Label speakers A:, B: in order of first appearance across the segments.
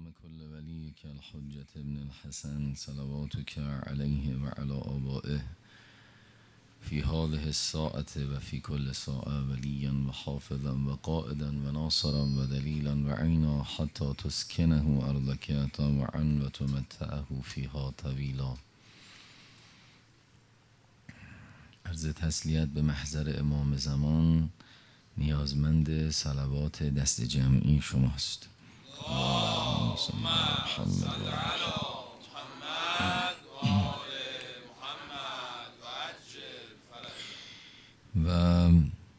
A: اللهم كل وليك الحجة ابن الحسن صلواتك عليه وعلى آبائه في هذه الساعة وفي كل ساعة وليا وحافظا وقائدا وناصرا ودليلا وعينا حتى تسكنه أرضك طوعا وتمتعه فيها طويلا. عرض تسلیت به محضر امام زمان نیازمند صلوات دست جمعی شماست. اللهم صل علی محمد و و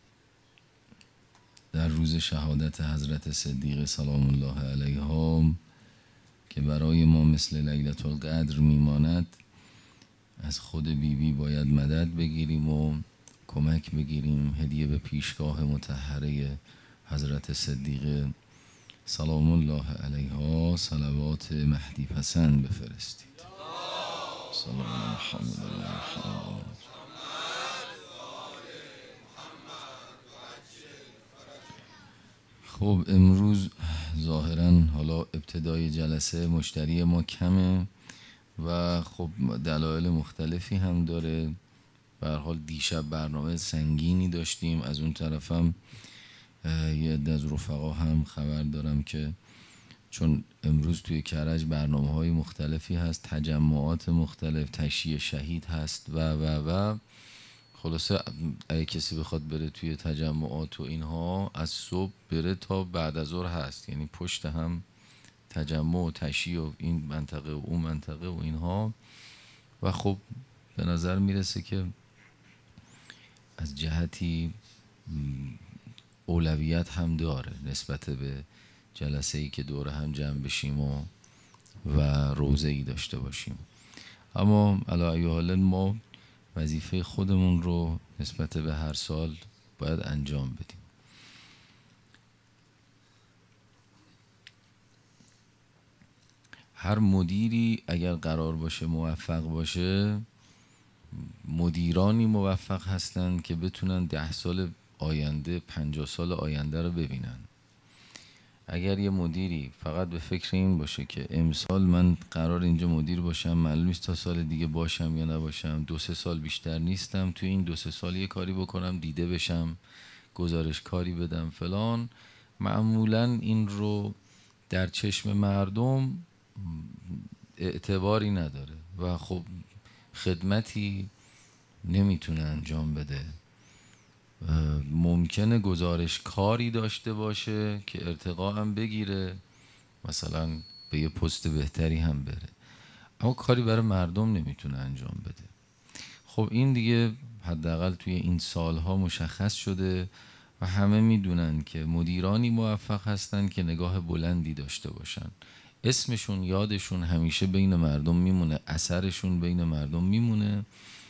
A: در روز شهادت حضرت صدیقه سلام الله علیها که برای ما مثل لیلة القدر میماند، از خود بیبی باید مدد بگیریم و کمک بگیریم، هدیه به پیشگاه مطهره حضرت صدیقه سلام الله علیها صلوات مهدی پسند بفرستید. سلام محمد الله. خب امروز ظاهرا حالا ابتدای جلسه مشتری ما کمه و خب دلایل مختلفی هم داره. به هر حال دیشب برنامه سنگینی داشتیم، از اون طرفم یه عده از رفقا هم خبر دارم که چون امروز توی کرج برنامه‌های مختلفی هست، تجمعات مختلف، تشییع شهید هست و خلاصه اگه کسی بخواد بره توی تجمعات و اینها از صبح بره تا بعد از ظهر هست، یعنی پشت هم تجمع و تشییع و این منطقه و اون منطقه و اینها. و خب به نظر میرسه که از جهتی اولویت هم داره نسبت به جلسه‌ای که دور هم جمع بشیم و روزه‌ای داشته باشیم. اما علی ای حال ما وظیفه خودمون رو نسبت به هر سال باید انجام بدیم. هر مدیری اگر قرار باشه موفق باشه، مدیرانی موفق هستند که بتونن 10 سال آینده 50 سال آینده رو ببینن. اگر یه مدیری فقط به فکر این باشه که امسال من قرار اینجا مدیر باشم، معلوم نیست تا سال دیگه باشم یا نباشم، 2-3 سال بیشتر نیستم، توی این 2-3 سال یه کاری بکنم دیده بشم، گزارش کاری بدم فلان، معمولا این رو در چشم مردم اعتباری نداره و خب خدمتی نمیتونه انجام بده. ممکنه گزارش کاری داشته باشه که ارتقا هم بگیره، مثلا به یه پست بهتری هم بره، اما کاری برای مردم نمیتونه انجام بده. خب این دیگه حداقل توی این سالها مشخص شده و همه میدونن که مدیرانی موفق هستن که نگاه بلندی داشته باشن، اسمشون یادشون همیشه بین مردم میمونه، اثرشون بین مردم میمونه،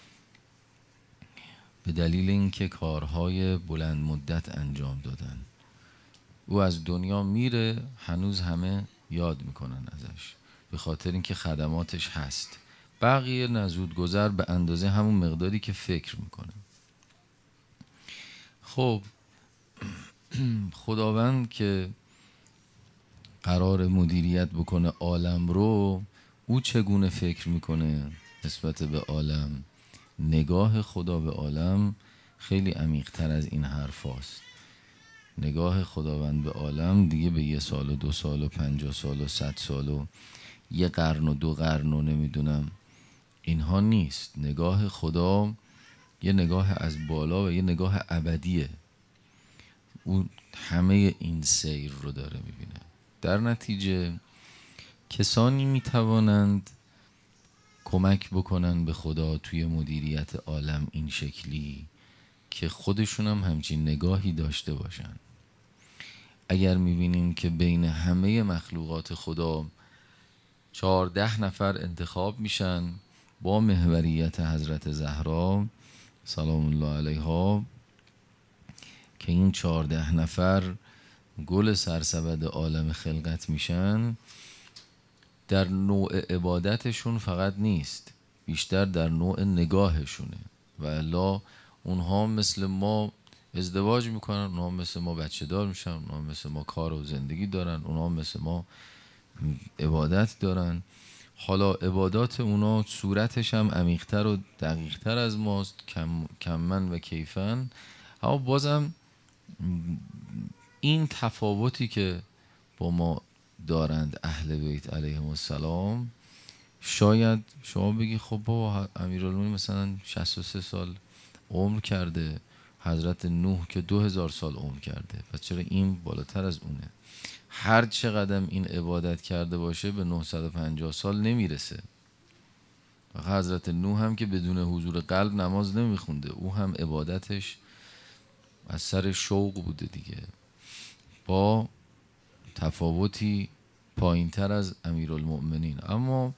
A: به دلیل اینکه کارهای بلند مدت انجام دادن. او از دنیا میره، هنوز همه یاد میکنن ازش، به خاطر اینکه خدماتش هست. بقیه نزود گذر به اندازه همون مقداری که فکر میکنن. خب خداوند که قرار مدیریت بکنه عالم رو، او چگونه فکر میکنه نسبت به عالم؟ نگاه خدا به عالم خیلی عمیق‌تر از این حرف هست. نگاه خداوند به عالم دیگه به 1 سال و 2 سال و 50 سال و 100 سال و 1 قرن و 2 قرن و نمیدونم اینها نیست. نگاه خدا یه نگاه از بالا و یه نگاه ابدیه. اون همه این سیر رو داره میبینه. در نتیجه کسانی میتوانند کمک بکنن به خدا توی مدیریت عالم این شکلی که خودشون هم همچین نگاهی داشته باشن. اگر میبینیم که بین همه مخلوقات خدا 14 نفر انتخاب میشن با محوریت حضرت زهرا سلام الله علیها، که این 14 نفر گل سرسبد عالم خلقت میشن، در نوع عبادتشون فقط نیست، بیشتر در نوع نگاهشونه. و الا اونها مثل ما ازدواج میکنن، اونها مثل ما بچه دار میشن، اونها مثل ما کار و زندگی دارن، اونها مثل ما عبادت دارن. حالا عبادات اونا صورتش هم عمیق‌تر و دقیق‌تر از ماست، کمن و کیفن. اما بازم این تفاوتی که با ما دارند اهل بیت علیهم السلام، شاید شما بگی خب بابا امیرالمومنین مثلا 63 سال عمر کرده، حضرت نوح که 2000 سال عمر کرده، پس چرا این بالاتر از اونه؟ هر چقدر این عبادت کرده باشه به 950 سال نمیرسه. حضرت نوح هم که بدون حضور قلب نماز نمیخونده، او هم عبادتش از سر شوق بوده دیگه، با تفاوتی پایین تر از امیرالمؤمنین. اما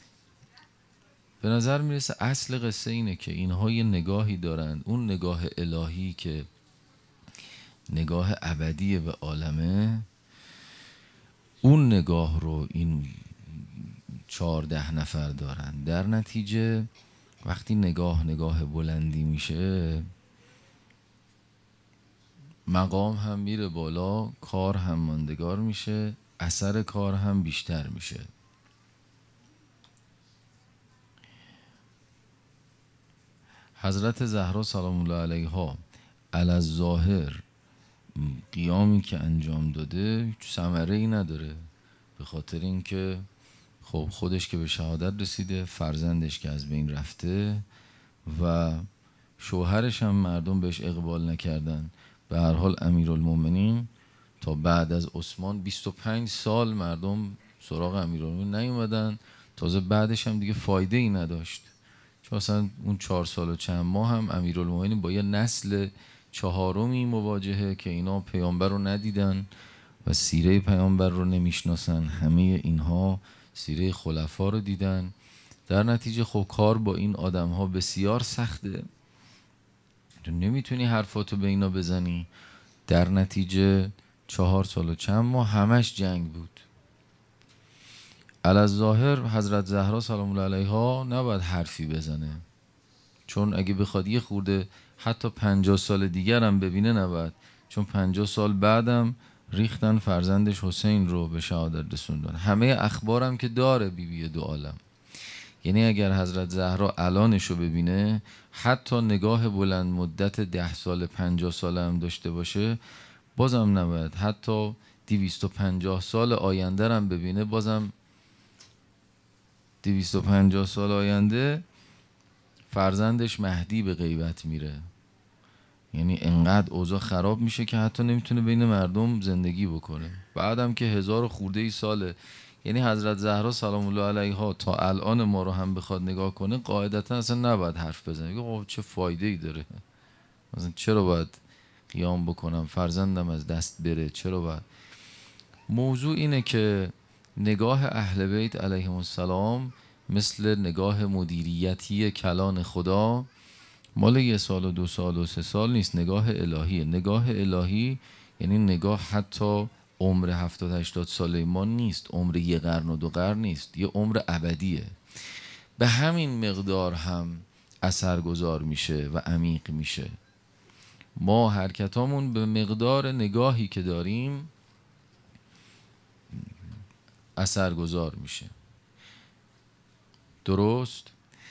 A: به نظر میرسه اصل قصه اینه که اینها یه نگاهی دارن، اون نگاه الهی که نگاه ابدی به عالمه، اون نگاه رو این 14 نفر دارن. در نتیجه وقتی نگاه بلندی میشه، مقام هم میره بالا، کار هم ماندگار میشه، اثر کار هم بیشتر میشه. حضرت زهرا سلام الله علیها علی‌الظاهر قیامی که انجام داده هیچ ثمره‌ای نداره، به خاطر اینکه خب خودش که به شهادت رسیده، فرزندش که از بین رفته و شوهرش هم مردم بهش اقبال نکردن. به هر حال امیرالمومنین تا بعد از عثمان 25 سال مردم سراغ امیرالمومنین نیومدن، تازه بعدش هم دیگه فایده ای نداشت، چون اصلا اون 4 سال و چند ماه هم امیرالمومنین با یه نسل چهارمی مواجهه که اینا پیامبر رو ندیدن و سیره پیامبر رو نمیشناسن. همه اینها سیره خلفا رو دیدن. در نتیجه خب کار با این آدم ها بسیار سخته، تو نمیتونی حرفاتو به اینا بزنی. در نتیجه 4 سال و چند ماه همش جنگ بود. علی‌الظاهر حضرت زهرا سلام الله علیها نباید حرفی بزنه، چون اگه بخواد یه خورده حتی 50 سال دیگر هم ببینه نباید، چون 50 سال بعدم ریختن فرزندش حسین رو به شهادت رسوندن. همه اخبارم که داره بیبی دو عالم. یعنی اگر حضرت زهرا الانشو ببینه، حتی نگاه بلند مدت 10 سال 50 سال هم داشته باشه، بازم نباید. حتی 250 سال آینده هم ببینه، بازم 250 سال آینده فرزندش مهدی به غیبت میره. یعنی انقدر اوضاع خراب میشه که حتی نمیتونه بین مردم زندگی بکنه. بعدم که 1000 خورده ای ساله. یعنی حضرت زهرا سلام الله علیها تا الان ما رو هم بخواد نگاه کنه، قاعدتا اصلا نباید حرف بزنه. میگه چه فایده ای داره، مثلا چرا باید قیام بکنم، فرزندم از دست بره، چرا باید. موضوع اینه که نگاه اهل بیت علیهم السلام مثل نگاه مدیریتی کلان خدا مال 1 سال و 2 سال و 3 سال نیست، نگاه الهیه. نگاه الهی یعنی نگاه حتی عمر 70-80 ساله ما نیست، عمر 1 قرن و 2 قرن نیست، یه عمر ابدیه. به همین مقدار هم اثرگذار میشه و عمیق میشه. ما حرکتامون به مقدار نگاهی که داریم اثرگذار میشه. درست؟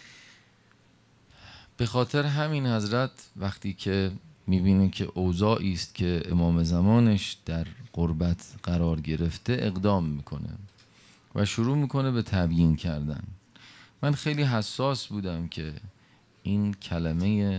A: به خاطر همین حضرت وقتی که میبینه که اوضاعی است که امام زمانش در غربت قرار گرفته، اقدام میکنه و شروع میکنه به تبیین کردن. من خیلی حساس بودم که این کلمه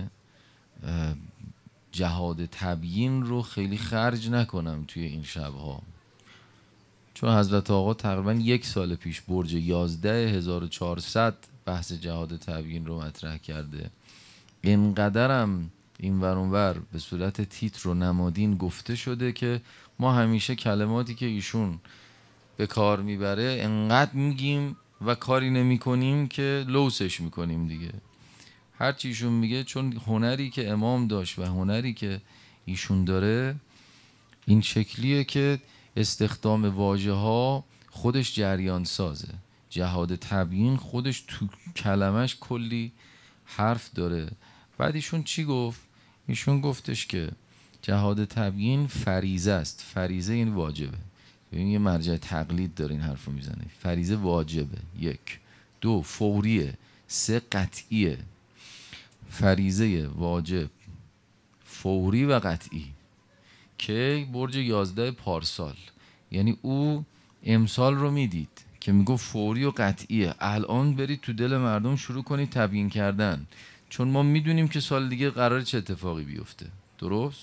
A: جهاد تبیین رو خیلی خرج نکنم توی این شبها، چون حضرت آقا تقریبا 1 سال پیش برج 11400 بحث جهاد تبیین رو مطرح کرده. اینقدرم این ور اون ور به صورت تیتر و نمادین گفته شده که ما همیشه کلماتی که ایشون به کار میبره انقدر میگیم و کاری نمی کنیم که لوسش میکنیم دیگه. هر چی ایشون میگه، چون هنری که امام داشت و هنری که ایشون داره این شکلیه که استخدام واژه ها خودش جریان سازه. جهاد تبیین خودش تو کلمش کلی حرف داره. بعد ایشون چی گفت؟ ایشون گفتش که جهاد تبیین فریضه است. فریضه این واجبه، ببین یه مرجع تقلید داره این حرف رو میزنه. فریضه واجبه، 1. 2 فوریه. 3 قطعیه. فریضه واجب فوری و قطعی که برج 11 پارسال، یعنی او امسال رو میدید که میگو فوری و قطعیه، الان برید تو دل مردم شروع کنید تبیین کردن، چون ما میدونیم که سال دیگه قراره چه اتفاقی بیفته. درست؟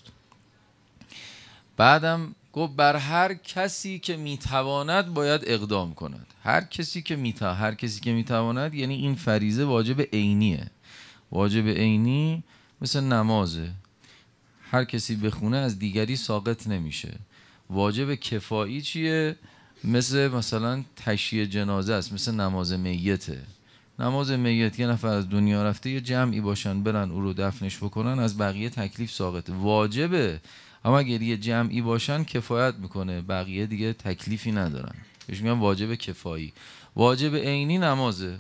A: بعدم گفت بر هر کسی که میتواند باید اقدام کند. هر کسی که میتواند یعنی این فریضه واجب عینیه. واجب عینی مثل نمازه، هر کسی بخونه از دیگری ساقط نمیشه. واجب کفایی چیه؟ مثلا تشییع جنازه است، مثل نماز میته. نماز میت یه نفر از دنیا رفته، یه جمعی باشن برن او رو دفنش بکنن، از بقیه تکلیف ساقطه. واجبه، اما اگر یه جمعی باشن کفایت میکنه، بقیه دیگه تکلیفی ندارن، بهش میگن واجب کفایی. واجب عینی نمازه.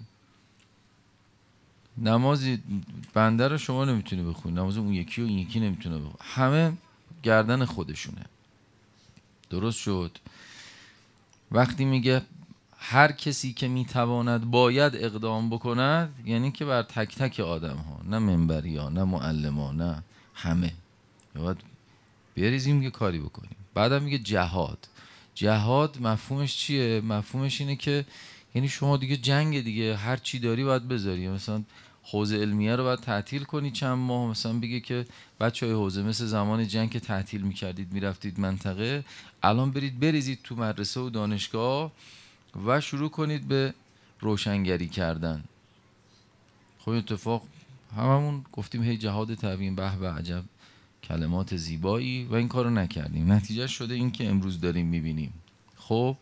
A: نمازی بنده رو شما نمیتونی بخونی، نماز اون یکی و این یکی نمیتونه بخونی، همه گردن خودشونه. درست شد؟ وقتی میگه هر کسی که میتواند باید اقدام بکند، یعنی که بر تک تک آدم ها، نه منبری ها، نه معلم ها، نه همه، باید بریزیم یه کاری بکنیم. بعدم میگه جهاد. جهاد مفهومش چیه؟ مفهومش اینه که یعنی شما دیگه جنگ دیگه، هر چی داری باید بذاری. مثلا حوزه علمیه رو باید تعطیل کنی چند ماه، مثلا بگه که بچهای حوزه مثل زمان جنگ که تعطیل میکردید میرفتید منطقه، الان برید بریزید تو مدرسه و دانشگاه و شروع کنید به روشنگری کردن. خب اتفاق هممون گفتیم هی جهاد تبیین، به به عجب کلمات زیبایی، و این کارو نکردیم. نتیجه شده این که امروز داریم میبینیم. خب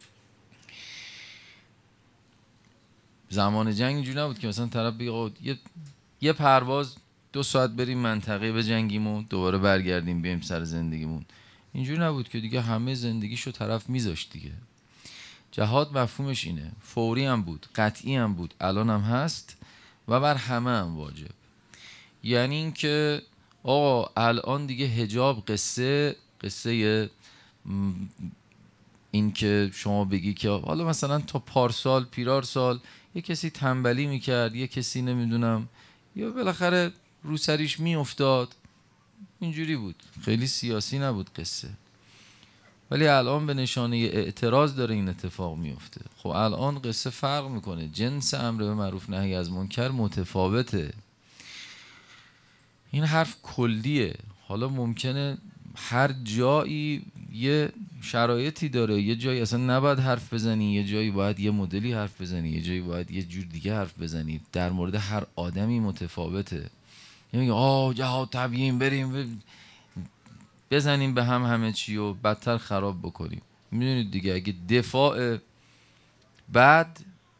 A: زمان جنگ اینجوری نبود که مثلا طرف بگه یه پرواز 2 ساعت بریم منطقه بجنگیم و دوباره برگردیم بیایم سر زندگیمون. اینجوری نبود که دیگه همه زندگیشو طرف میذاشت دیگه. جهاد مفهومش اینه، فوری هم بود، قطعی هم بود، الان هم هست و بر همه هم واجب. یعنی این که آقا الان دیگه حجاب قصه این که شما بگی که حالا مثلا تا پارسال پیرار سال یه کسی تنبلی میکرد، یه کسی نمیدونم یا بالاخره رو سریش میافتاد، اینجوری بود، خیلی سیاسی نبود قصه. ولی الان به نشانه اعتراض داره این اتفاق میفته. خب الان قصه فرق میکنه، جنس امر به معروف نهی از منکر متفاوته. این حرف کلیه. حالا ممکنه هر جایی یه شرایطی داره، یه جایی اصلا نباید حرف بزنی، یه جایی باید یه مدلی حرف بزنی، یه جایی باید یه جور دیگه حرف بزنی. در مورد هر آدمی متفاوته. یعنی جهاد تبیین بریم بزنیم به همه چی و بدتر خراب بکنیم. میدونید دیگه اگه دفاع بد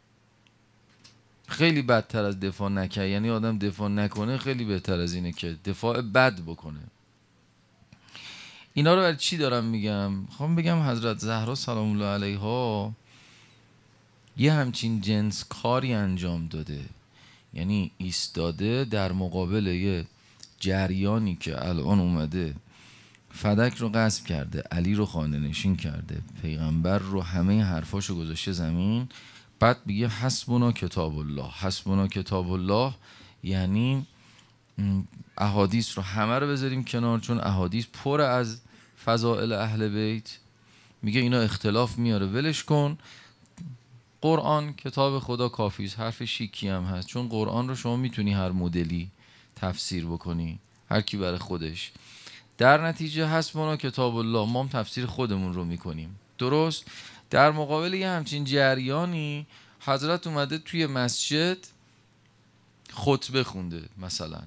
A: خیلی بدتر از دفاع نکنه، یعنی آدم دفاع نکنه خیلی بهتر از اینه که دفاع بد بکنه. اینا رو برای چی دارم میگم؟ خواهم بگم حضرت زهرا سلام الله علیها یه همچین جنس کاری انجام داده، یعنی ایستاده در مقابل یه جریانی که الان اومده فدک رو غصب کرده، علی رو خانه نشین کرده، پیغمبر رو همه حرفاشو گذاشته زمین، بعد بگه حسبنا کتاب الله. حسبنا کتاب الله یعنی احادیث رو همه رو بذاریم کنار، چون احادیث پر از فضائل اهل بیت، میگه اینا اختلاف میاره ولش کن. قرآن کتاب خدا کافی است. حرف شیکی هم هست، چون قرآن رو شما میتونی هر مدلی تفسیر بکنی، هر کی برای خودش. در نتیجه حسبنا کتاب الله، ما هم تفسیر خودمون رو میکنیم. درست؟ در مقابل یه همچین جریانی حضرت اومده توی مسجد خطبه خونده، مثلا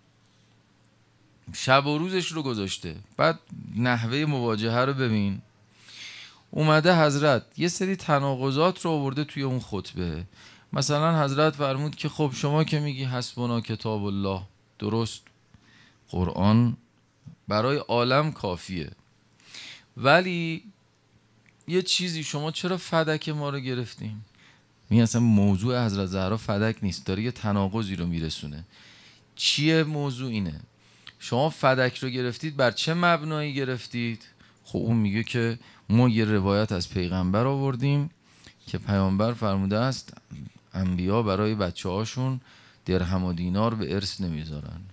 A: شب و روزش رو گذاشته. بعد نحوه مواجهه رو ببین، اومده حضرت یه سری تناقضات رو آورده توی اون خطبه. مثلا حضرت فرمود که خب شما که میگی حسبنا کتاب الله، درست، قرآن برای عالم کافیه، ولی یه چیزی شما چرا فدک ما رو گرفتیم؟ این اصلا موضوع حضرت زهرا فدک نیست، داره یه تناقضی رو میرسونه. چیه موضوع؟ اینه شما فدک رو گرفتید، بر چه مبنایی گرفتید؟ خب اون میگه که ما یه روایت از پیغمبر آوردیم که پیامبر فرموده است انبیا برای بچه هاشون درهم و دینار به ارث نمیذارن.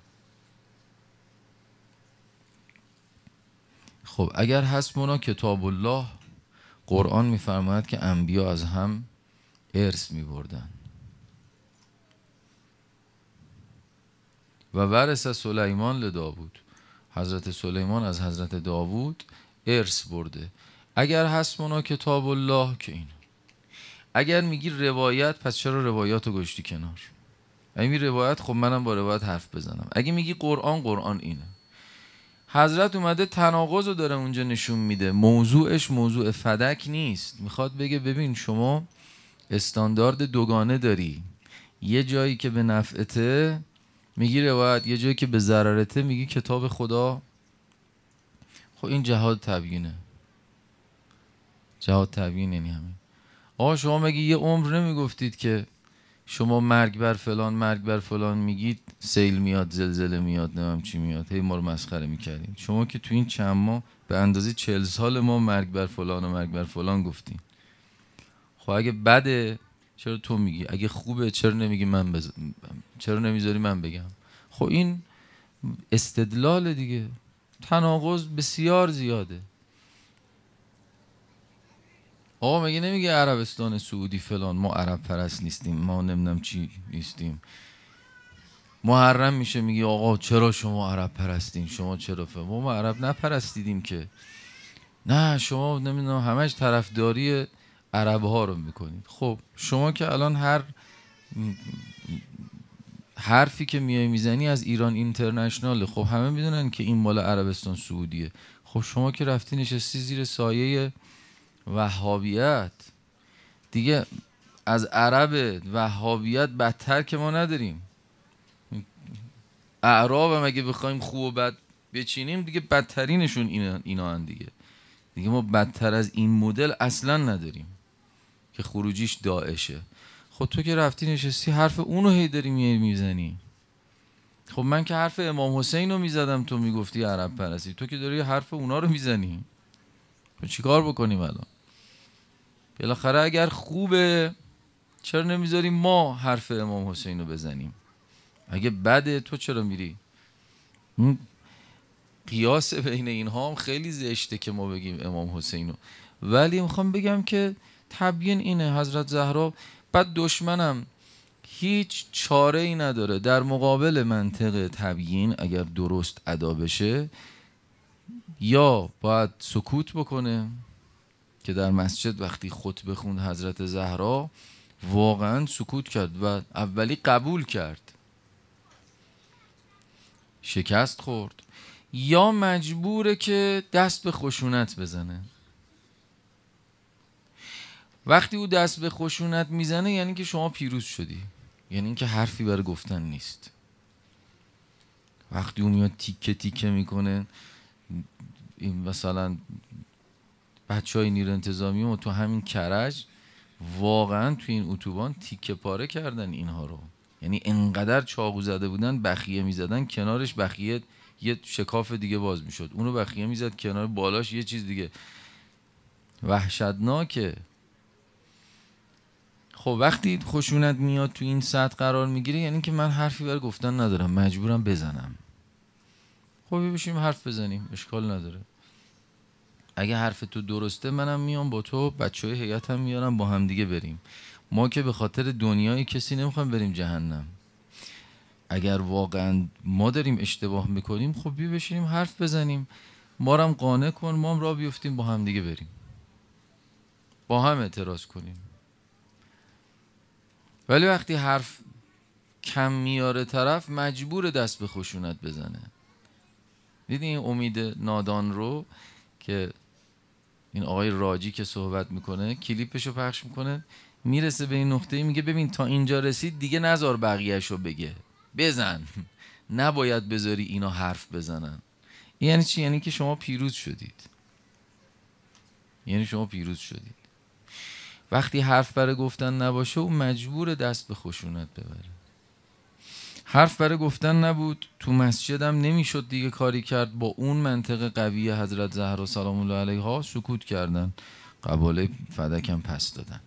A: خب اگر حسبنا کتاب الله، قرآن میفرماید که انبیا از هم ارث میبردن. و ورث سلیمان لداود، حضرت سلیمان از حضرت داوود ارث برده. اگر حسبنا کتاب الله که این، اگر میگی روایت، پس چرا روایات رو گشتی کنار؟ اگه میگی روایت، خب منم با روایت حرف بزنم. اگه میگی قرآن، قرآن اینه. حضرت اومده تناقض رو داره اونجا نشون میده. موضوعش موضوع فدک نیست. میخواد بگه ببین شما استاندارد دوگانه داری، یه جایی که به نفعته میگی روایت، یه جایی که به ضررته میگی کتاب خدا. خب این جهاد تبیینه. جهاد تبیین یعنی همین. آقا شما مگه یه عمر نمیگفتید که شما مرگ بر فلان مرگ بر فلان میگید، سیل میاد، زلزله میاد، نمیم چی میاد، هی ما رو مسخره میکردیم. شما که تو این چند ماه به اندازه 40 سال ما مرگ بر فلان و مرگ بر فلان گفتیم. خب اگه بده چرا تو میگی؟ اگه خوبه چرا نمیگی من چرا نمیذاری من بگم؟ خب این استدلال دیگه. تناقض بسیار زیاده. آقا مگه نمیگه عربستان سعودی فلان ما عرب پرست نیستیم، ما نمیدونم چی نیستیم. محرم میشه میگه آقا چرا شما عرب پرستین، شما چرا ما عرب نپرستیدیم که. نه شما نمیدونم همش طرفداری عرب ها رو میکنید. خب شما که الان هر حرفی که میای میزنی از ایران اینترنشناله. خب همه میدونن که این مال عربستان سعودیه. خب شما که رفتی نشستی زیر سایه وهابیت دیگه. از عرب وهابیت بدتر که ما نداریم. اعراب هم اگه بخوایم خوب و بد بچینیم دیگه بدترینشون اینا هن دیگه. دیگه ما بدتر از این مدل اصلا نداریم که خروجیش داعشه. خب تو که رفتی نشستی حرف اونو هی داری میزنی. خب من که حرف امام حسین رو میزدم تو میگفتی عرب پرستی، تو که داری حرف اونا رو میزنی. خب چیکار بکنیم الان؟ بالاخره اگر خوبه چرا نمیذاریم ما حرف امام حسین رو بزنیم؟ اگه بده تو چرا میری؟ قیاس بین اینها هم خیلی زشته که ما بگیم امام حسین رو. ولی میخوام بگم که تبیین اینه. حضرت زهرا بعد دشمنم هیچ چاره ای نداره در مقابل منطق تبیین. اگر درست ادا بشه یا باید سکوت بکنه که در مسجد وقتی خطبه خوند حضرت زهرا واقعا سکوت کرد و اولی قبول کرد، شکست خورد، یا مجبوره که دست به خشونت بزنه. وقتی او دست به خشونت میزنه یعنی که شما پیروز شدی، یعنی اینکه حرفی برای گفتن نیست. وقتی او میاد تیکه تیکه میکنه، این مثلا بچهای نیروی انتظامی ما تو همین کرج واقعا تو این اتوبان تیکه پاره کردن اینها رو. یعنی انقدر چاقو زده بودن، بخیه میزدن کنارش، بخیه یه شکاف دیگه باز میشد، اونو بخیه میزد کنار، بالاش یه چیز دیگه. وحشتناکه. خب وقتی خشونت میاد تو این سطح قرار میگیره یعنی که من حرفی برای گفتن ندارم، مجبورم بزنم. خب بشیم حرف بزنیم، اشکال نداره. اگه حرف تو درسته منم میام با تو، بچهای هیئتم میارم، با هم دیگه بریم. ما که به خاطر دنیای کسی نمیخوایم بریم جهنم. اگر واقعا ما داریم اشتباه میکنیم خب بیا بشینیم حرف بزنیم، ما رو هم قانع کن، ما هم راه بیفتیم با هم دیگه بریم، با هم اعتراض کنیم. ولی وقتی حرف کم میاره طرف مجبور دست به خشونت بزنه. دیدی این امید نادان رو که این آقای راجی که صحبت میکنه کلیپشو پخش میکنه، میرسه به این نقطه میگه ببین تا اینجا رسید دیگه نذار بقیهشو بگه، بزن. نباید بذاری اینا حرف بزنن. یعنی چی؟ یعنی که شما پیروز شدید. یعنی شما پیروز شدید. وقتی حرف برای گفتن نباشه او مجبور دست به خشونت ببره. حرف برای گفتن نبود، تو مسجدم نمیشد دیگه کاری کرد. با اون منطق قوی حضرت زهرا سلام الله علیها سکوت کردن، قباله فدک هم پس دادن.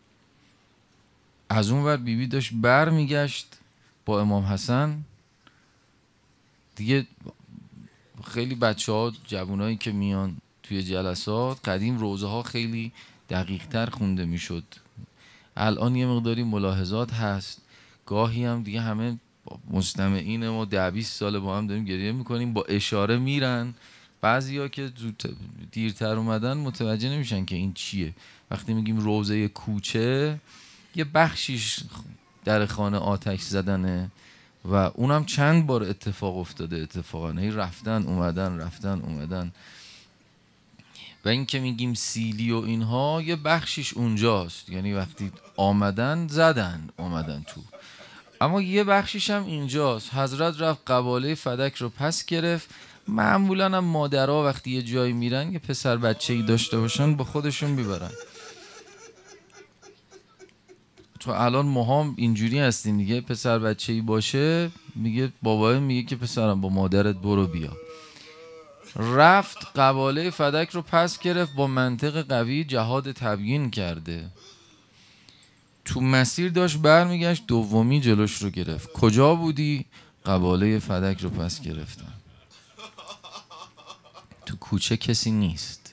A: از اون ور بیبی داشت بر میگشت با امام حسن. دیگه خیلی بچه ها جوانایی که میان توی جلسات قدیم روزه ها خیلی دقیق تر خونده میشد، الان یه مقداری ملاحظات هست. گاهی هم دیگه همه مستمعین ما 10-20 ساله با هم داریم گریه میکنیم، با اشاره میرن. بعضیا که دیرتر اومدن متوجه نمیشن که این چیه. وقتی میگیم روزه کوچه، یه بخشیش در خانه آتش زدنه و اونم چند بار اتفاق افتاده. اتفاقا رفتن اومدن. و این که میگیم سیلی و اینها، یه بخشیش اونجاست، یعنی وقتی آمدن زدن اومدن تو. اما یه بخشیش هم اینجاست. حضرت رفت قباله فدک رو پس گرفت. معمولا هم مادرها وقتی یه جایی میرن یه پسر بچه‌ای داشته باشن با خودشون میبرن. تو الان ما هم اینجوری هستیم دیگه، پسر بچه‌ای باشه میگه بابا میگه که پسرم با مادرت برو بیا. رفت قباله فدک رو پس گرفت، با منطق قوی جهاد تبیین کرده. تو مسیر داشت برمیگشت، دومی جلوش رو گرفت. کجا بودی؟ قباله فدک رو پس گرفتن. تو کوچه کسی نیست.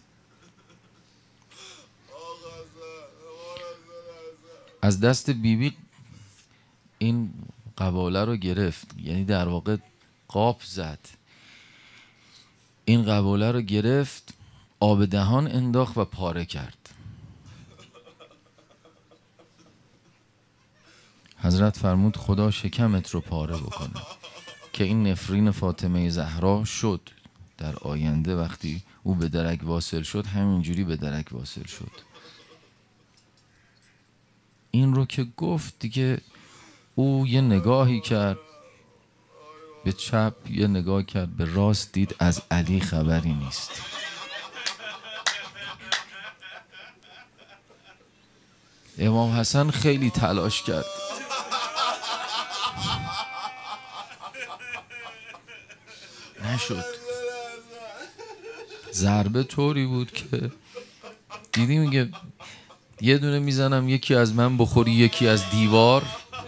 A: از دست بیبی این قباله رو گرفت، یعنی در واقع قاپ زد. این قباله رو گرفت، آب دهان انداخت و پاره کرد. حضرت فرمود خدا شکمت رو پاره بکنه که این نفرین فاطمه زهرا شد. در آینده وقتی او به درک واصل شد همینجوری به درک واصل شد. این رو که گفت دیگه او یه نگاهی کرد به چپ، یه نگاه کرد به راست، دید از علی خبری نیست. امام حسن خیلی تلاش کرد، نشد. ضربه طوری بود که دیدی میگه یه دونه میزنم یکی از من بخوری یکی از دیوار.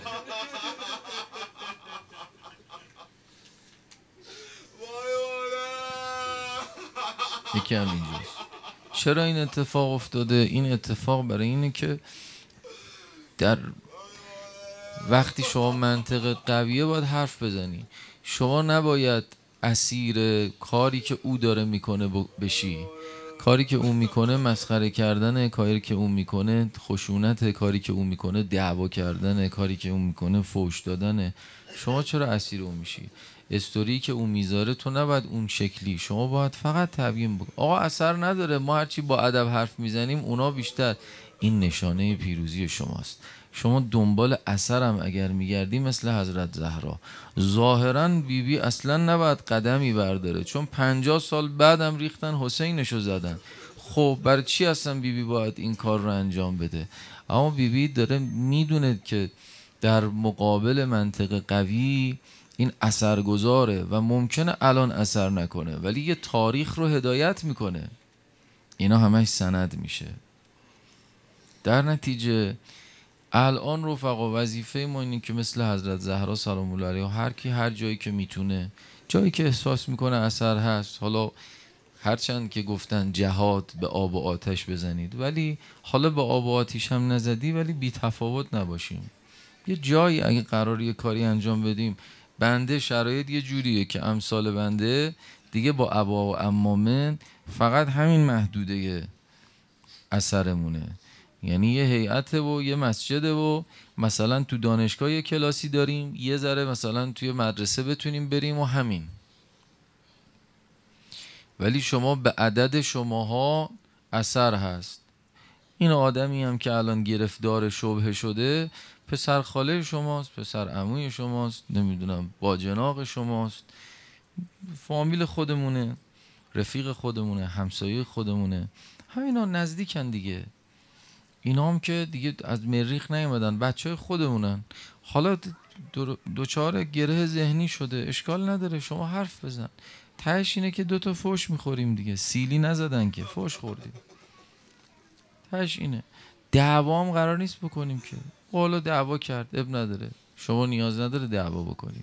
A: یکی هم اینجاست. چرا این اتفاق افتاده؟ این اتفاق برای اینه که در وقتی شما منطق قویه باید حرف بزنی. شما نباید اسیر کاری که او داره میکنه بشی. کاری که او میکنه مسخره کردنه، کاری که او میکنه خشونت، کاری که او میکنه دعوا کردنه، کاری که او میکنه فوش دادنه. شما چرا اسیر اون میشی؟ استوری که اون میذاره تو نباید اون شکلی، شما باید فقط تبیین بکن. آقا اثر نداره، ما هرچی با ادب حرف میزنیم اونا بیشتر. این نشانه پیروزی شماست. شما دنبال اثرم اگر میگردی مثل حضرت زهرا، ظاهرا بیبی اصلا نباید قدمی برداره، چون 50 سال بعدم ریختن حسینشو زدن. خب برای چی اصلا بیبی باید این کار رو انجام بده؟ اما بیبی داره میدونه که در مقابل منطق قوی این اثرگذاره و ممکنه الان اثر نکنه ولی یه تاریخ رو هدایت میکنه. اینا همش سند میشه. در نتیجه الان رفقا وظیفه ما اینه که مثل حضرت زهرا سلام الله علیها هر کی هر جایی که میتونه، جایی که احساس میکنه اثر هست، حالا هرچند که گفتن جهاد به آب و آتش بزنید، ولی حالا به آب و آتش هم نزدی ولی بی تفاوت نباشیم. یه جایی اگه قراره یه کاری انجام بدیم، بنده شرایط یه جوریه که امثال بنده دیگه با ابا و عمامه فقط همین محدوده اثرمونه. یعنی یه هیئت و یه مسجده و مثلا تو دانشگاه یه کلاسی داریم، یه ذره مثلا توی مدرسه بتونیم بریم و همین. ولی شما به عدد شماها اثر هست. این آدمی هم که الان گرفتار شبهه شده پسر خاله شماست، پسر عموی شماست، نمیدونم باجناق شماست، فامیل خودمونه، رفیق خودمونه، همسایه خودمونه، همینا نزدیکن دیگه. اینا هم که دیگه از مریخ نیومدن، بچه های خودمونن. حالا دوچار گره ذهنی شده، اشکال نداره، شما حرف بزن. تهش اینه که 2 فوش میخوریم دیگه، سیلی نزدن که فوش خوردیم. تهش اینه. دعوام قرار نیست بکنیم که. حالا دعوا کرد اب نداره، شما نیاز نداره دعوا بکنیم.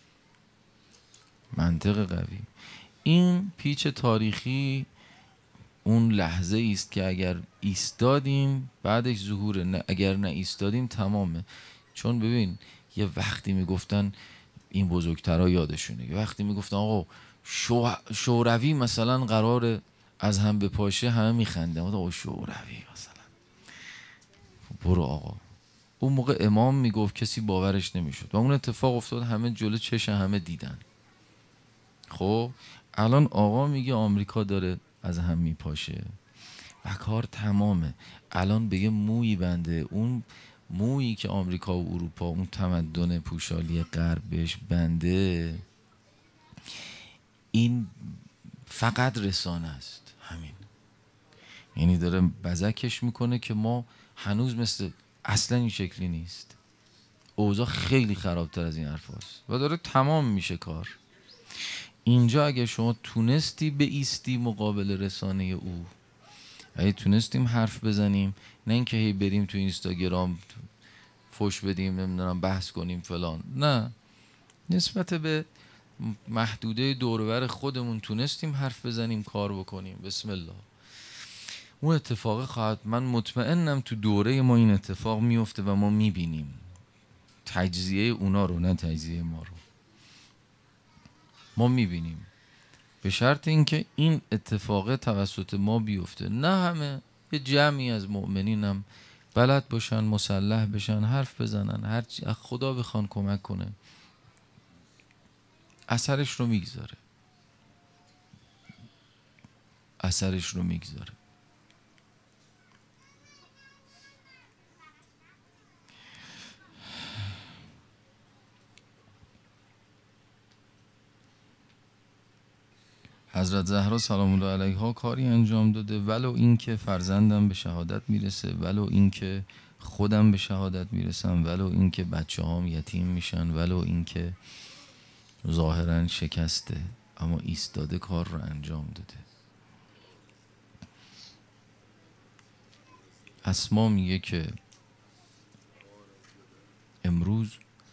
A: منطق قوی. این پیچ تاریخی اون لحظه است که اگر ایستادیم بعدش ظهوره، نه اگر نه ایستادیم تمامه. چون ببین یه وقتی میگفتن این بزرگترها یادشونه، یه وقتی میگفتن آقا شوروی مثلا قرار از هم بپاشه، همه میخندن آقا شوروی مثلا. برو آقا. اون موقع امام میگفت کسی باورش نمیشد و اون اتفاق افتاد، همه جلو چشم همه دیدن. خب الان آقا میگه آمریکا داره از هم میپاشه و کار تمامه. الان به یه مویی بنده، اون مویی که آمریکا و اروپا، اون تمدن پوشالی غرب بهش بنده، این فقط رسانه است. همین. یعنی داره بزکش میکنه که ما هنوز مثل اصلا این شکلی نیست، اوضاع خیلی خرابتر از این حرف هست و داره تمام میشه کار. اینجا اگه شما تونستی بایستی مقابل رسانه او، اگه تونستیم حرف بزنیم، نه اینکه هی بریم تو اینستاگرام فوش بدیم، نمیدونم بحث کنیم فلان، نه، نسبت به محدوده دورور خودمون تونستیم حرف بزنیم، کار بکنیم، بسم الله، اون اتفاق خواهد. من مطمئنم تو دوره ما این اتفاق میفته و ما میبینیم تجزیه اونا رو، نه تجزیه ما رو. ما میبینیم، به شرط اینکه این اتفاق توسط ما بیفته. نه همه، یه جمعی از مؤمنینم بلد باشن، مسلح بشن، حرف بزنن، هرچی خدا بخوان کمک کنه، اثرش رو میگذاره. اثرش رو میگذاره. حضرت زهرا سلام الله علیها کاری انجام داده، ولو اینکه فرزندم به شهادت میرسه، ولو اینکه خودم به شهادت میرسم، ولو اینکه بچه‌هام یتیم میشن، ولو اینکه ظاهرا شکسته، اما ایستاده کار رو انجام داده. اسما میگه که امروز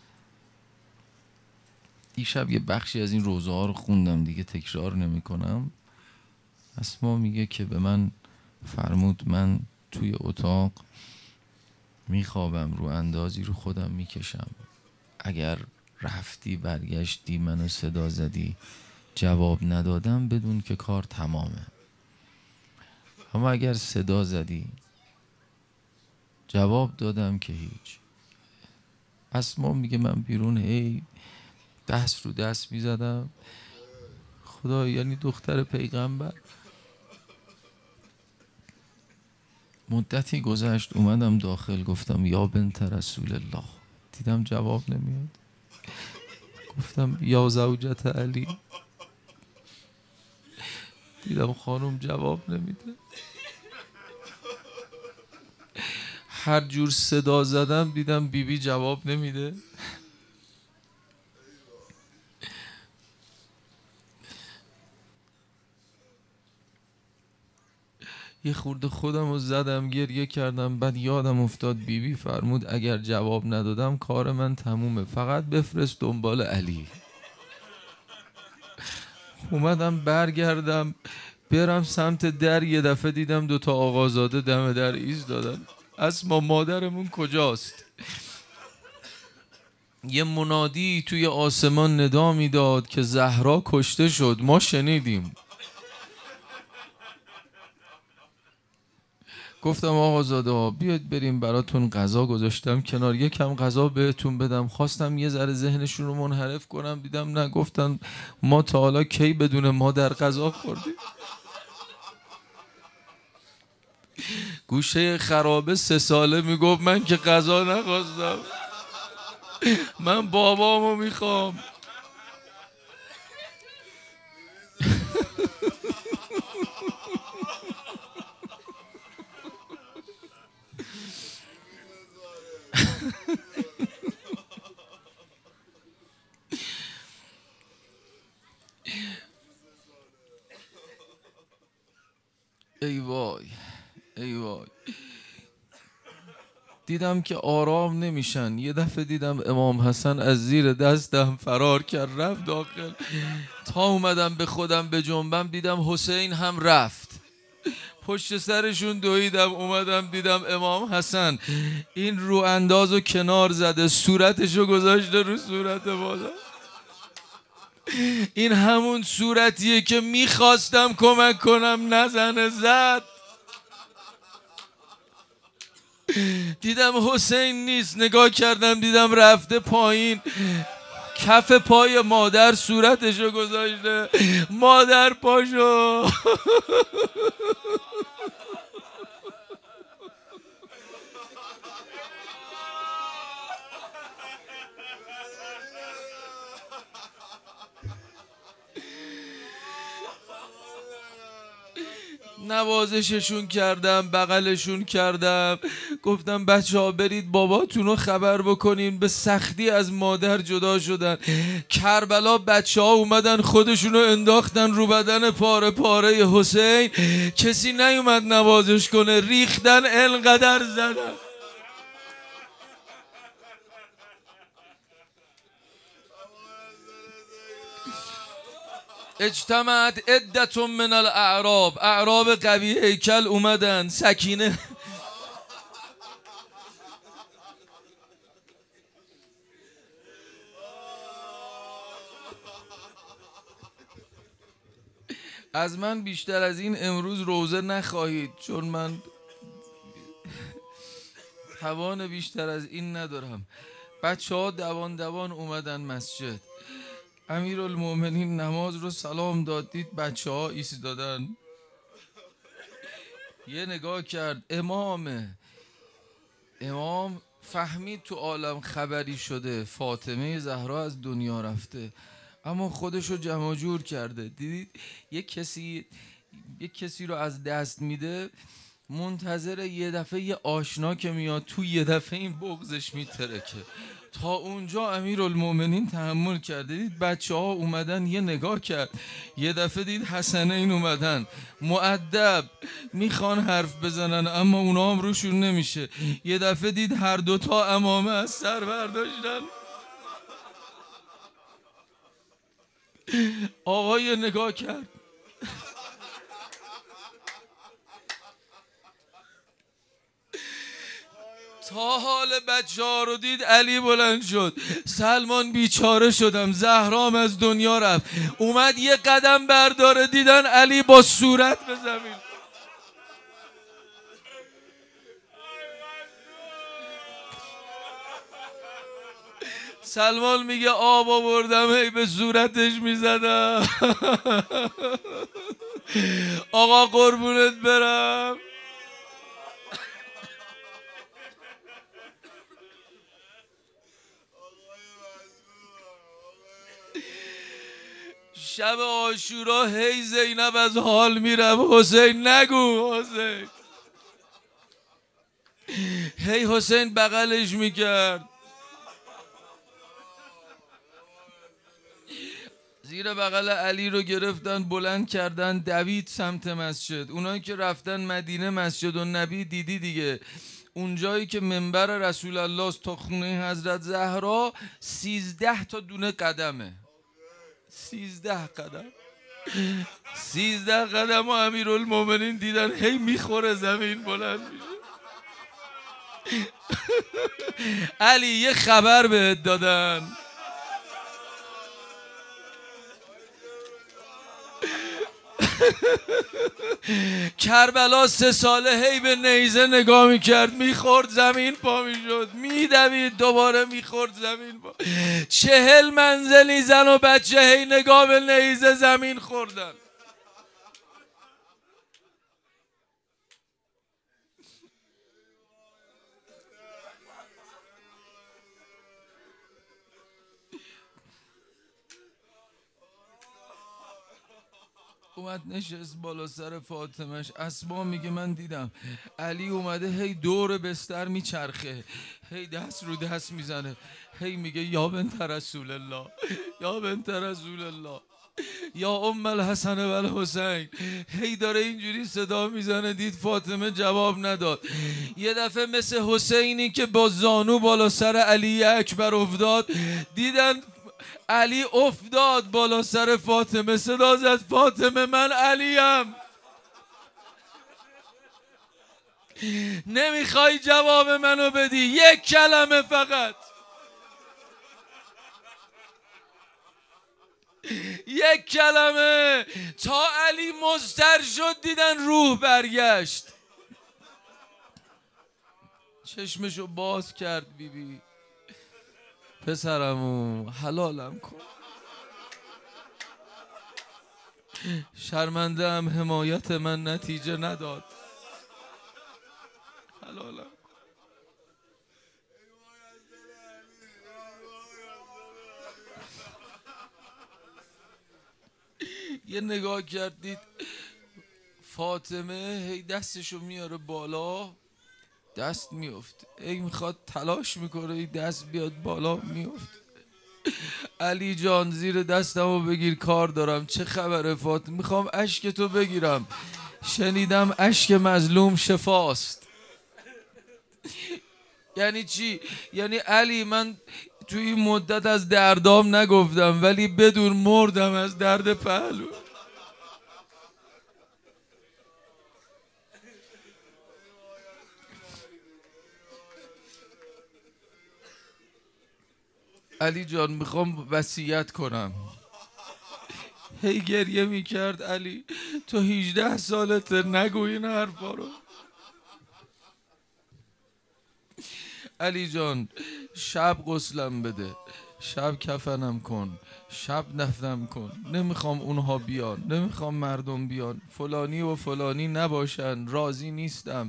A: دیشب یه بخشی از این روزه ها رو خوندم دیگه، تکرار نمی کنم. اسما میگه که به من فرمود من توی اتاق میخوابم، رو اندازی رو خودم میکشم، اگر رفتی برگشتی منو صدا زدی جواب ندادم بدون که کار تمامه، اما اگر صدا زدی جواب دادم که هیچ. اسما میگه من بیرون هی دست رو دست میزدم، خدا یعنی دختر پیغمبر. مدتی گذشت اومدم داخل، گفتم یا بنت رسول الله، دیدم جواب نمیاد، گفتم یا زوجت علی، دیدم خانم جواب نمیده. هر جور صدا زدم دیدم بیبی جواب نمیده. یه خورده خودم رو زدم، گریه کردم، بعد یادم افتاد بیبی فرمود اگر جواب ندادم کار من تمومه، فقط بفرست دنبال علی. اومدم برگردم برم سمت در، یه دفعه دیدم 2 آقازاده دم در ایستادن. اسما مادرمون کجاست؟ یه منادی توی آسمان ندا میداد که زهرا کشته شد، ما شنیدیم. گفتم آقازاده ها بیاید بریم براتون غذا گذاشتم کنار، یکم غذا بهتون بدم. خواستم یه ذره ذهنشون رو منحرف کنم، دیدم نه، گفتن ما تا حالا کی بدون مادر غذا خوردیم؟ گوشه خرابه 3 ساله میگفت من که غذا نخواستم، من بابامو میخوام. ای وای ای وای. دیدم که آرام نمیشن. یه دفعه دیدم امام حسن از زیر دستم فرار کرد رفت داخل. تا اومدم به خودم به جنبم دیدم حسین هم رفت. پشت سرشون دویدم اومدم دیدم امام حسن این رو اندازو کنار زده، صورتشو گذاشته رو صورت مادر. این همون صورتیه که میخواستم کمک کنم نزنه، زد. دیدم حسین نیست، نگاه کردم دیدم رفته پایین، کف پای مادر صورتشو گذاشته. مادر پاشو. نوازششون کردم، بغلشون کردم، گفتم بچه ها برید باباتون رو خبر بکنین، به سختی از مادر جدا شدن. کربلا بچه ها اومدن خودشون رو انداختن رو بدن پاره پاره حسین، کسی نیومد نوازش کنه، ریختن انقدر زدن. اجتمعت عدت من الاعراب، اعراب قوی هیکل اومدن. سکینه از من بیشتر از این امروز روزه نخواهید، چون من توان بیشتر از این ندارم. بچه ها دوان دوان اومدن مسجد. امیرالمومنین نماز رو سلام داد، دید بچه ها ایستادن، یه نگاه کرد. امام فهمید تو عالم خبری شده، فاطمه زهرا از دنیا رفته، اما خودشو جمع جور کرده. دیدید یک کسی رو از دست میده، منتظر یه دفعه یه آشنا که میاد تو، یه دفعه این بغضش میترکه. تا اونجا امیرالمومنین تحمل کرده. دید بچه ها اومدن، یه نگاه کرد، یه دفعه دید حسنین اومدن مؤدب میخوان حرف بزنن اما اونا هم روشون نمیشه. یه دفعه دید هر دوتا عمامه از سر برداشتن. آقا یه نگاه کرد، تا حال بچه ها رو دید، علی بلند شد. سلمان بیچاره شدم، زهرام از دنیا رفت. اومد یه قدم برداره، دیدن علی با صورت به زمین. سلمان میگه آب آوردم هی به صورتش میزدم. آقا قربونت برم. شب عاشورا هی زینب از حال میرم، حسین نگو حسین. هی حسین بغلش میکرد، زیر بغل علی رو گرفتن بلند کردن، دوید سمت مسجد. اونایی که رفتن مدینه مسجد و نبی دیدی دیگه، اونجایی که منبر رسول الله است تا خونه حضرت زهرا 13 تا دونه قدمه. 13 قدم، 13 قدم و امیرالمومنین دیدن هی میخوره زمین، بلند میشه. علی یه خبر بهت دادن. کربلا 3 ساله هی به نیزه نگاه میکرد، میخورد زمین پا میشد، میدوید دوباره میخورد زمین پا. 40 منزلی زن و بچه هی نگاه به نیزه زمین خوردن. اومد نشست بالا سر فاطمش. اسما میگه من دیدم علی اومده هی دور بستر میچرخه، هی دست رو دست میزنه، هی میگه یا بنت رسول الله، یا بنت رسول الله. یا ام الحسن و الحسین. هی داره اینجوری صدا میزنه. دید فاطمه جواب نداد. یه دفعه مثل حسینی که با زانو بالا سر علی اکبر افتاد، دیدن علی افتاد بالا سر فاطمه، صدا زد فاطمه من علیم. نمیخوای جواب منو بدی؟ یک کلمه فقط، یک کلمه. تا علی مضطر شد دیدن روح برگشت. چشمشو باز کرد. بیبی پسرمو حلالم کن، شرمنده ام حمایت من نتیجه نداد، حلالم. یه نگاه کردید فاطمه هی دستشو میاره بالا، دست میفته. ای میخواد تلاش میکنه ای دست بیاد بالا، میفته. علی جان زیر دستمو بگیر کار دارم. چه خبره فاطمه؟ میخوام اشکتو بگیرم، شنیدم اشک مظلوم شفاست. یعنی چی؟ یعنی علی من توی این مدت از دردام نگفتم، ولی بدون مردم از درد پهلو. علی جان میخوام وصیت کنم. هی گریه میکرد. علی تو 18 سالته، نگو این حرفا رو. علی جان شب غسلم بده، شب کفنم کن، شب دفنم کن. نمیخوام اونها بیان، نمیخوام مردم بیان، فلانی و فلانی نباشن، راضی نیستم.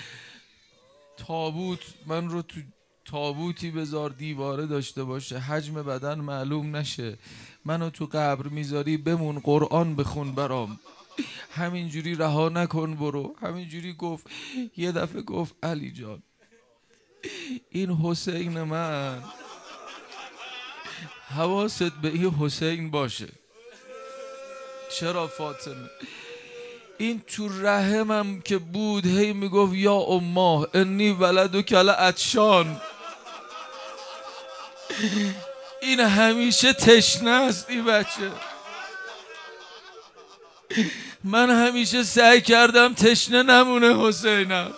A: تابوت من رو تو تابوتی بذار دیواره داشته باشه، حجم بدن معلوم نشه. منو تو قبر میذاری بمون قرآن بخون برام، همینجوری رها نکن برو. همینجوری گفت. یه دفعه گفت علی جان این حسین من، حواست به این حسین باشه. چرا فاطمه؟ این تو رحمم که بود هی میگفت یا اماه انی ولد کل عطشان. این همیشه تشنه است این بچه. من همیشه سعی کردم تشنه نمونه حسینم.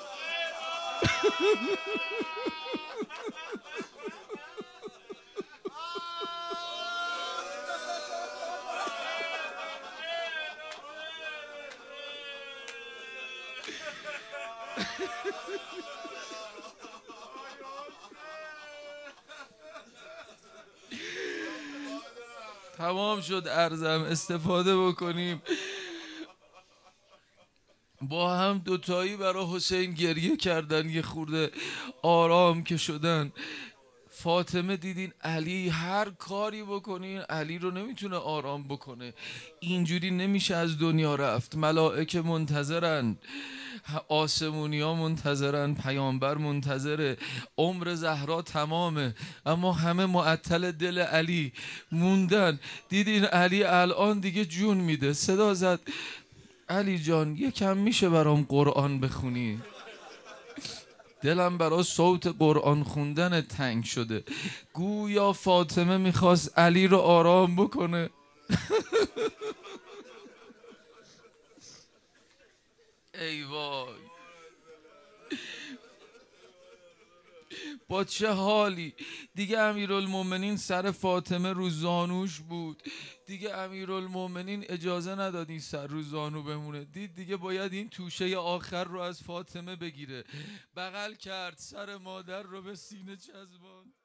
A: تمام شد عرضم، استفاده بکنیم. با هم دوتایی برای حسین گریه کردن. یه خورده آرام که شدن، فاطمه دیدین علی هر کاری بکنین علی رو نمیتونه آرام بکنه. اینجوری نمیشه از دنیا رفت. ملائکه منتظرن، آسمونی ها منتظرن، پیامبر منتظره، عمر زهرا تمامه، اما همه معطل دل علی موندن. دیدین علی الان دیگه جون میده. صدا زد علی جان یکم میشه برام قرآن بخونی؟ دلم برای صوت قرآن خوندن تنگ شده. گویا فاطمه میخواست علی رو آرام بکنه. ای وای، با چه حالی. دیگه امیرالمومنین سر فاطمه رو زانوش بود. دیگه امیرالمومنین اجازه نداد این سر رو زانو بمونه. دید دیگه باید این توشه آخر رو از فاطمه بگیره. بغل کرد، سر مادر رو به سینه چسباند.